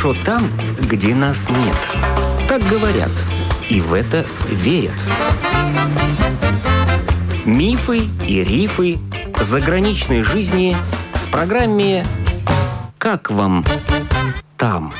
хорошо там, где нас нет. Так говорят, и в это верят. Мифы и рифы заграничной жизни в программе «Как вам там?».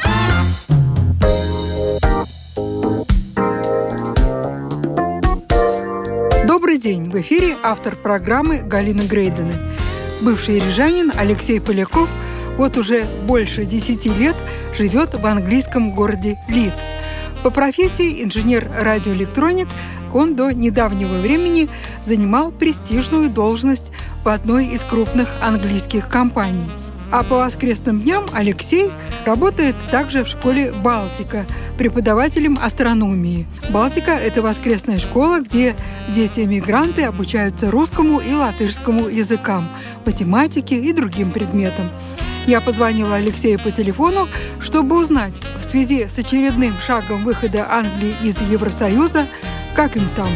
Добрый день! В эфире автор программы Галина Грейдена. Бывший рижанин Алексей Поляков вот уже больше 10 лет живет в английском городе Лидс. По профессии инженер-радиоэлектроник, он до недавнего времени занимал престижную должность в одной из крупных английских компаний. А по воскресным дням Алексей работает также в школе «Балтика» преподавателем астрономии. «Балтика» — это воскресная школа, где дети-эмигранты обучаются русскому и латышскому языкам, математике и другим предметам. Я позвонила Алексею по телефону, чтобы узнать, в связи с очередным шагом выхода Англии из Евросоюза, как им там.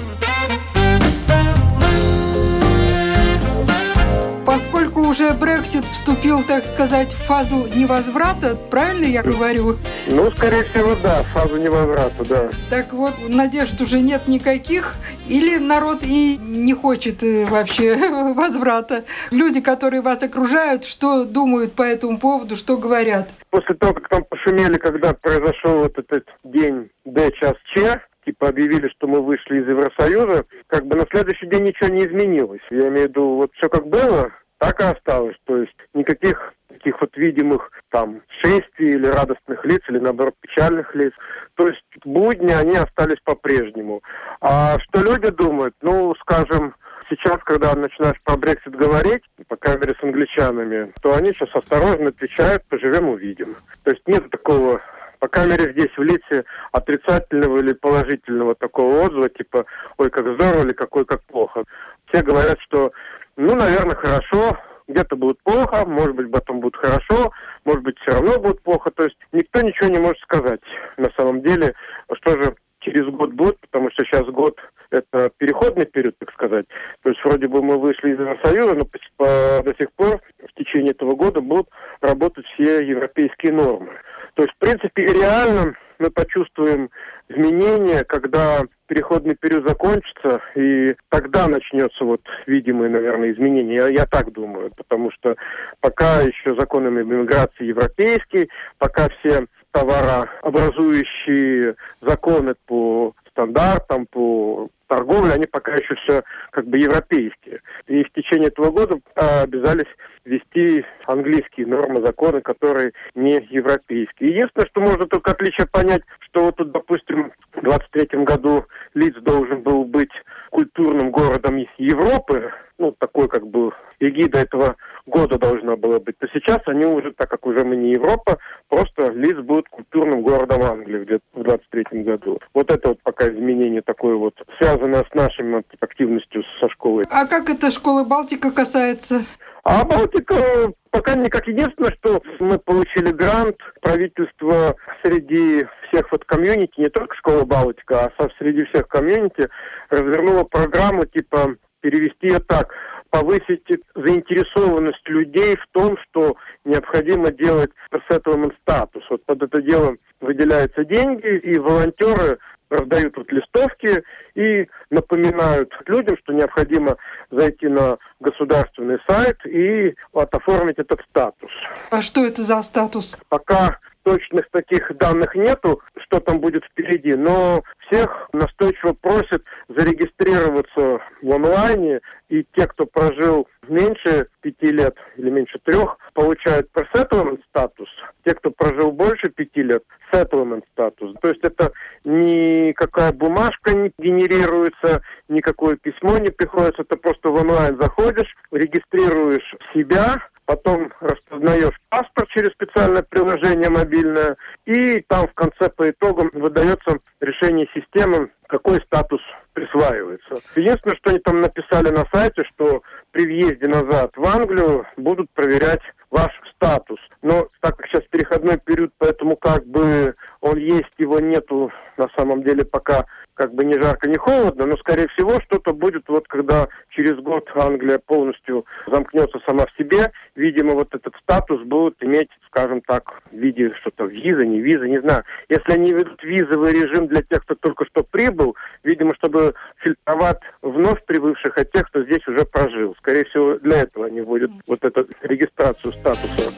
Поскольку уже Брексит вступил, так сказать, в фазу невозврата, правильно я говорю? Ну, скорее всего, да, в фазу невозврата, да. Так вот, надежд уже нет никаких, или народ и не хочет вообще возврата? Люди, которые вас окружают, что думают по этому поводу, что говорят? После того, как там пошумели, когда произошел вот этот день Д час Ч, типа объявили, что мы вышли из Евросоюза, как бы на следующий день ничего не изменилось. Я имею в виду, вот все как было, так и осталось. То есть никаких таких вот видимых там шествий или радостных лиц, или наоборот печальных лиц. То есть будни, они остались по-прежнему. А что люди думают? Ну, скажем, сейчас, когда начинаешь про Брексит говорить, по крайней мере с англичанами, то они сейчас осторожно отвечают: поживем, увидим. То есть нет такого, по крайней мере здесь в Лидсе, отрицательного или положительного такого отзыва, типа «ой, как здорово» или «какой, как плохо». Все говорят, что ну, наверное, хорошо, где-то будет плохо, может быть, потом будет хорошо, может быть, все равно будет плохо. То есть никто ничего не может сказать на самом деле, что же через год будет, потому что сейчас год – это переходный период, так сказать. То есть вроде бы мы вышли из Евросоюза, но до сих пор в течение этого года будут работать все европейские нормы. То есть, в принципе, реально мы почувствуем изменения, когда переходный период закончится, и тогда начнется вот видимые, наверное, изменения. Я так думаю, потому что пока еще законы иммиграции европейские, пока все товарообразующие законы по стандартам, по торговле, они пока еще все как бы европейские. И в течение этого года обязались ввести английские нормы, законы, которые не европейские. Единственное, что можно только отличие понять, что вот тут, допустим, в 23-м году Лидс должен был быть культурным городом Европы, ну, такой как бы эгида этого года должна была быть, то сейчас они уже, так как уже мы не Европа, просто Лидс будет культурным городом Англии где-то в 23-м году. Вот это вот пока изменение такое вот, связанное с нашей активностью со школой. А как эта школа «Балтика» касается? А «Балтика» пока никак. Единственное, что мы получили грант, правительство среди всех вот комьюнити, не только школа «Балтика», а среди всех комьюнити развернуло программу типа перевести ее так: повысить заинтересованность людей в том, что необходимо делать resettlement статус. Вот под это дело выделяются деньги, и волонтеры раздают вот листовки и напоминают людям, что необходимо зайти на государственный сайт и вот оформить этот статус. А что это за статус? Пока точных таких данных нету, что там будет впереди, но всех настойчиво просят зарегистрироваться в онлайне, и те, кто прожил меньше 5 лет или меньше 3, получают pre-settlement статус. Те, кто прожил больше 5 лет, settlement статус. То есть это никакая бумажка не генерируется, никакое письмо не приходится, ты просто в онлайн заходишь, регистрируешь себя, потом распознаешь паспорт через специальное приложение мобильное, и там в конце по итогам выдается решение системы, какой статус присваивается. Единственное, что они там написали на сайте, что при въезде назад в Англию будут проверять ваш статус. Но так как сейчас переходной период, поэтому как бы он есть, его нету на самом деле пока как бы ни жарко, ни холодно, но, скорее всего, что-то будет вот когда через год Англия полностью замкнется сама в себе. Видимо, вот этот статус будут иметь, скажем так, в виде что-то виза, не знаю. Если они ведут визовый режим для тех, кто только что прибыл, видимо, чтобы фильтровать вновь прибывших от тех, кто здесь уже прожил. Скорее всего, для этого они вводят вот эту регистрацию статуса.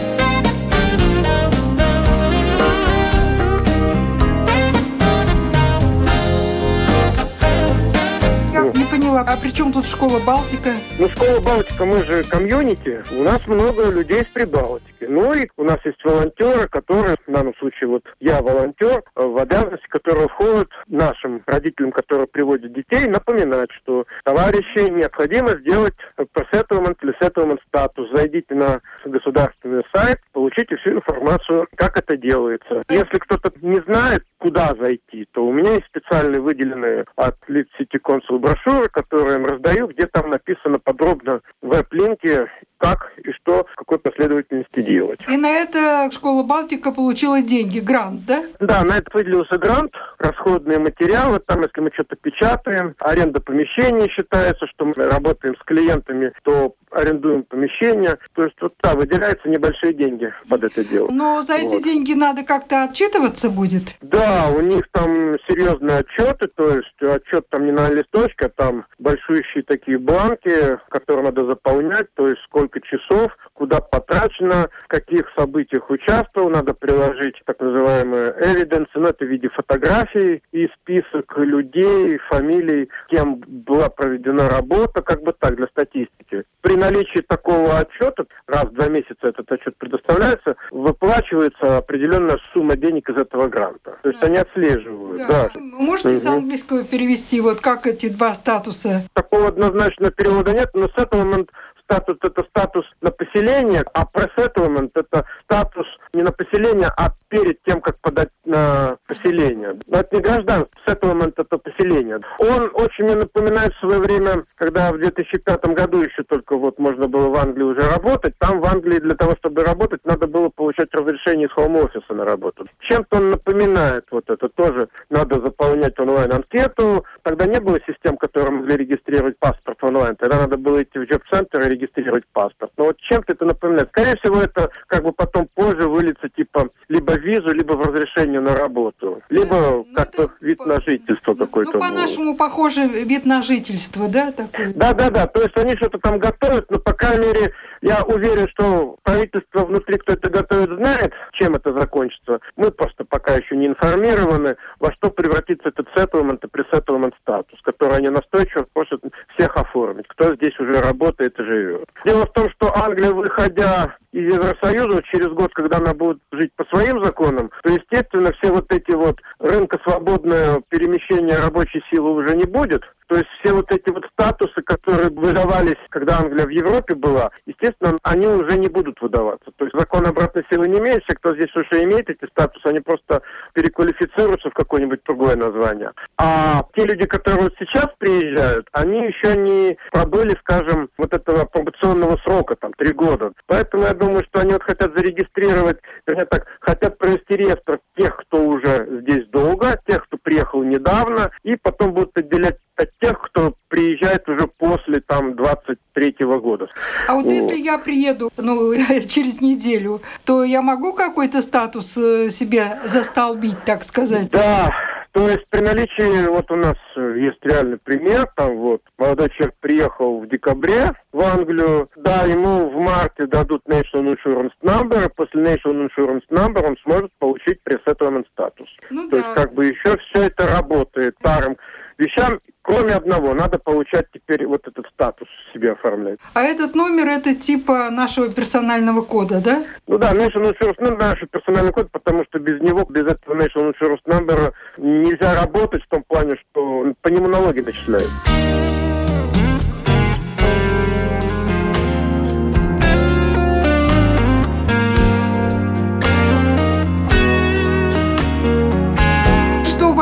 Не поняла, а при чем тут школа Балтика? Ну, школа Балтика, мы же комьюнити, у нас много людей из Прибалтики. Ну и у нас есть волонтеры, которые, в данном случае вот я волонтер, в обязанности которого входит нашим родителям, которые приводят детей, напоминать, что товарищи, необходимо сделать pre-settlement или settlement статус. Зайдите на государственный сайт, получите всю информацию, как это делается. Если кто-то не знает, куда зайти, то у меня есть специальные выделенные от Leeds City Council брошюры, которые я им раздаю, где там написано подробно в веб-линке, как и что, в какой последовательности делать. И на это школа Балтика получила деньги, грант, да? Да, на это выделился грант, расходные материалы, там, если мы что-то печатаем, аренда помещений считается, что мы работаем с клиентами, то арендуем помещение. То есть вот, да, выделяются небольшие деньги под это дело. Но за эти деньги надо как-то отчитываться будет? Да, у них там серьезные отчеты, то есть отчет там не на листочке, а там большущие такие бланки, которые надо заполнять, то есть сколько часов, куда потрачено, в каких событиях участвовал, надо приложить так называемые evidence, но это в виде фотографий и список людей, фамилий, кем была проведена работа, как бы так, для статистики. При наличии такого отчета, раз в 2 месяца этот отчет предоставляется, выплачивается определенная сумма денег из этого гранта. То есть они отслеживают. Да. Да. Можете с английского перевести, вот как эти два статуса? Такого однозначного перевода нет, но settlement статус – это статус на поселение, а pre-settlement – это статус не на поселение, а перед тем, как подать на поселение. Но это не гражданство, settlement – это поселение. Он очень мне напоминает в свое время, когда в 2005 году еще только вот можно было в Англии уже работать. Там в Англии для того, чтобы работать, надо было получать разрешение из хоум-офиса на работу. Чем-то он напоминает вот это. Тоже надо заполнять онлайн-анкету. Тогда не было систем, которые могли регистрировать паспорт онлайн. Тогда надо было идти в джоб-центр и регистрировать паспорт. Но вот чем-то это напоминает. Скорее всего, это как бы потом позже выльется типа либо в визу, либо в разрешение на работу. Либо как-то вид на жительство какой-то. Ну, по-нашему, похоже, вид на жительство, да? Такой? Да. То есть они что-то там готовят, но, по крайней мере, я уверен, что правительство внутри, кто это готовит, знает, чем это закончится. Мы просто пока еще не информированы, во что превратится этот settlement и pre-settlement статус, который они настойчиво просят всех оформить, кто здесь уже работает и живет. Дело в том, что Англия, выходя из Евросоюза через год, когда она будет жить по своим законам, то, естественно, все вот эти вот рынка свободное перемещение рабочей силы уже не будет. То есть все вот эти вот статусы, которые выдавались, когда Англия в Европе была, естественно, они уже не будут выдаваться. То есть закон обратной силы не имеет, все, кто здесь уже имеет эти статусы, они просто переквалифицируются в какое-нибудь другое название. А те люди, которые вот сейчас приезжают, они еще не пробыли, скажем, вот этого пробационного срока, там, 3 года. Поэтому я думаю, что они вот хотят зарегистрировать, вернее так, хотят провести реестр тех, кто уже здесь долго, тех, кто приехал недавно, и потом будут отделять от тех, кто приезжает уже после там 23-го года. А вот если я приеду через неделю, то я могу какой-то статус себе застолбить, так сказать? Да. То есть при наличии, вот у нас есть реальный пример, там вот молодой человек приехал в декабре в Англию, да, ему в марте дадут National Insurance Number, и после National Insurance Number он сможет получить pre-settlement статус. Ну, то есть как бы еще все это работает старым вещам, кроме одного, надо получать теперь вот этот статус себе оформлять. А этот номер, это типа нашего персонального кода, да? Ну да, National Insurance Number, наш персональный код, потому что без него, без этого National Insurance Number нельзя работать в том плане, что по нему налоги начисляют.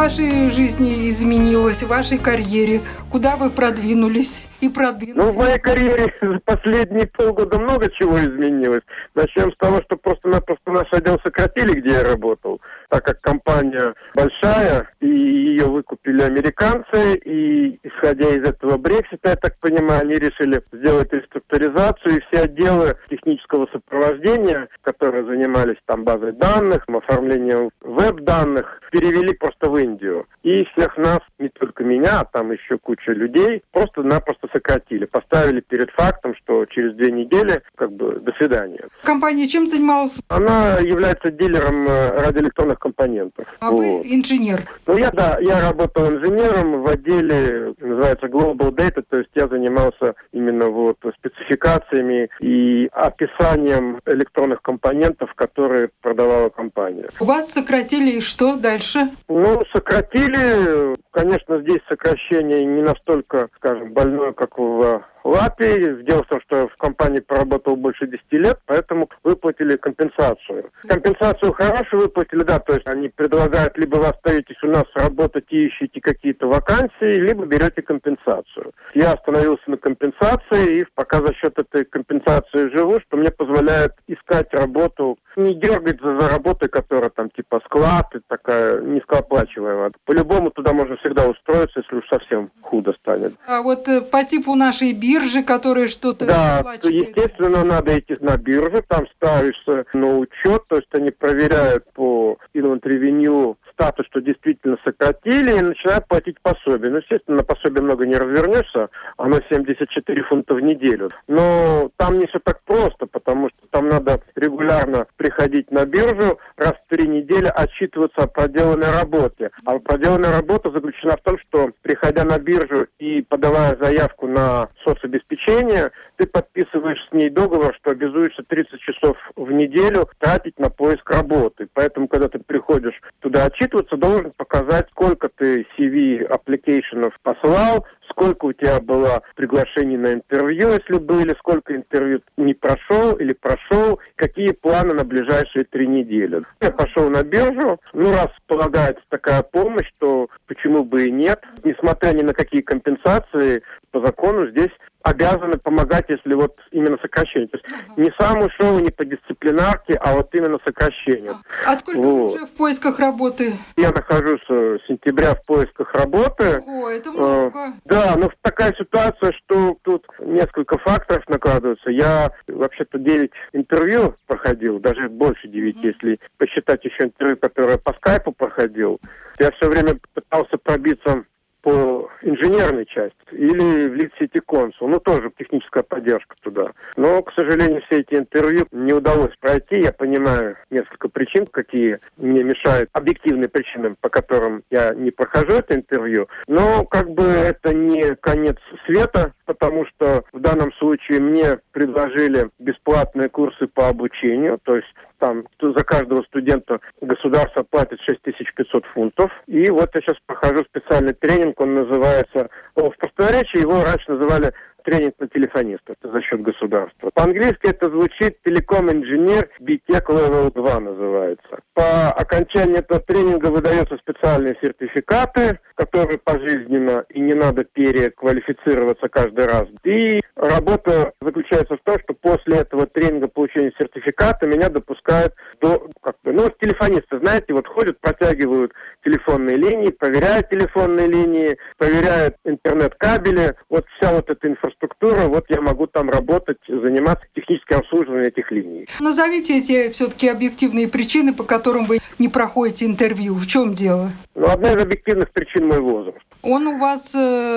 вашей жизни изменилось, в вашей карьере? Куда вы продвинулись и продвинулись? Ну, в моей карьере за последние полгода много чего изменилось. Начнем с того, что просто-напросто наш отдел сократили, где я работал, так как компания большая, и ее выкупили американцы, и исходя из этого Брексита, я так понимаю, они решили сделать реструктуризацию, и все отделы технического сопровождения, которые занимались там базой данных, оформлением веб-данных, перевели просто в Индию. И всех нас, не только меня, а там еще куча людей, просто-напросто сократили. Поставили перед фактом, что через 2 недели, до свидания. Компания чем занималась? Она является дилером радиоэлектронных компонентов. А вы инженер? Ну, я работал инженером в отделе, называется Global Data, то есть я занимался именно спецификациями и описанием электронных компонентов, которые продавала компания. Вас сократили, и что дальше? Ну, сократили. Конечно, здесь сокращение не настолько, скажем, больное, как в Латвии. Дело в том, что в компании проработал больше 10 лет, поэтому выплатили компенсацию. Компенсацию хорошую выплатили, да, то есть они предлагают, либо вы остаетесь у нас работать и ищете какие-то вакансии, либо берете компенсацию. Я остановился на компенсации, и пока за счет этой компенсации живу, что мне позволяет искать работу, не дергать за работой, которая там типа склад, и такая низкооплачиваемая. По-любому туда можно всегда устроиться, если уж совсем худо станет. А по типу нашей биржи, которая что-то оплачивает? Естественно, надо идти на биржу, там ставишься на учет, то есть они проверяют по Inland Revenue статус, что действительно сократили, и начинают платить пособие. Ну, естественно, на пособие много не развернешься, оно 74 фунта в неделю. Но там не все так просто, потому что там надо регулярно приходить на биржу, раз в 3 недели отчитываться о проделанной работе. А проделанная работа заключена в том, что, приходя на биржу и подавая заявку на соцобеспечение, ты подписываешь с ней договор, что обязуешься 30 часов в неделю тратить на поиск работы. Поэтому, когда ты приходишь туда отчитываться, должен показать, сколько ты CV-аппликейшенов послал, сколько у тебя было приглашений на интервью, если были, сколько интервью не прошел или прошел, какие планы на ближайшие 3 недели. Я пошел на биржу, раз полагается такая помощь, то почему бы и нет. Несмотря ни на какие компенсации, по закону здесь обязаны помогать, если именно сокращение. То есть не сам ушел, не по дисциплинарке, а именно сокращение. А сколько вы уже в поисках работы? Я нахожусь с сентября в поисках работы. Ого, это много. Да, но такая ситуация, что тут несколько факторов накладываются. Я вообще-то 9 интервью проходил, даже больше 9, если посчитать еще интервью, которое по скайпу проходил. Я все время пытался пробиться по инженерной части или в Lead City Council, тоже техническая поддержка туда. Но, к сожалению, все эти интервью не удалось пройти. Я понимаю несколько причин, какие мне мешают, объективные причины, по которым я не прохожу это интервью. Но это не конец света, потому что в данном случае мне предложили бесплатные курсы по обучению, то есть там за каждого студента государство платит 6500 фунтов. И я сейчас прохожу специальный тренинг, он называется, в просторечии его раньше называли тренинг на телефонистов, это за счет государства. По-английски это звучит Telecom Engineer BTEC Level 2 называется. По окончании этого тренинга выдаются специальные сертификаты, которые пожизненно, и не надо переквалифицироваться каждый раз. И работа заключается в том, что после этого тренинга получения сертификата меня допускают до, телефонисты, знаете, ходят, протягивают телефонные линии, проверяют телефонные линии, проверяют интернет-кабели, вся эта инфраструктура, я могу там работать, заниматься техническим обслуживанием этих линий. Назовите эти все-таки объективные причины, по которым вы не проходите интервью. В чем дело? Одна из объективных причин мой возраст. Он у вас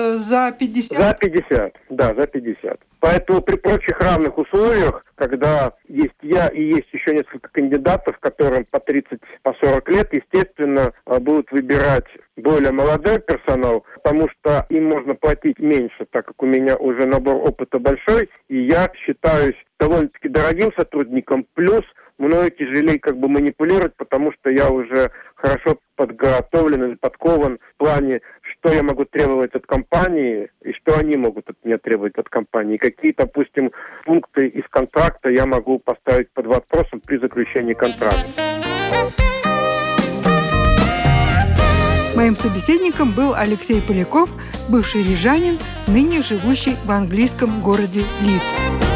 за 50? За 50, да, за 50. Поэтому при прочих равных условиях, когда есть я и есть еще несколько кандидатов, которым по 30, по 40 лет, естественно, будут выбирать более молодой персонал, потому что им можно платить меньше, так как у меня уже набор опыта большой, и я считаюсь довольно-таки дорогим сотрудником, плюс мною тяжелее манипулировать, потому что я уже хорошо подготовлен и подкован в плане, что я могу требовать от компании и что они могут от меня требовать от компании. Какие, допустим, пункты из контракта я могу поставить под вопросом при заключении контракта. Моим собеседником был Алексей Поляков, бывший рижанин, ныне живущий в английском городе Лидс.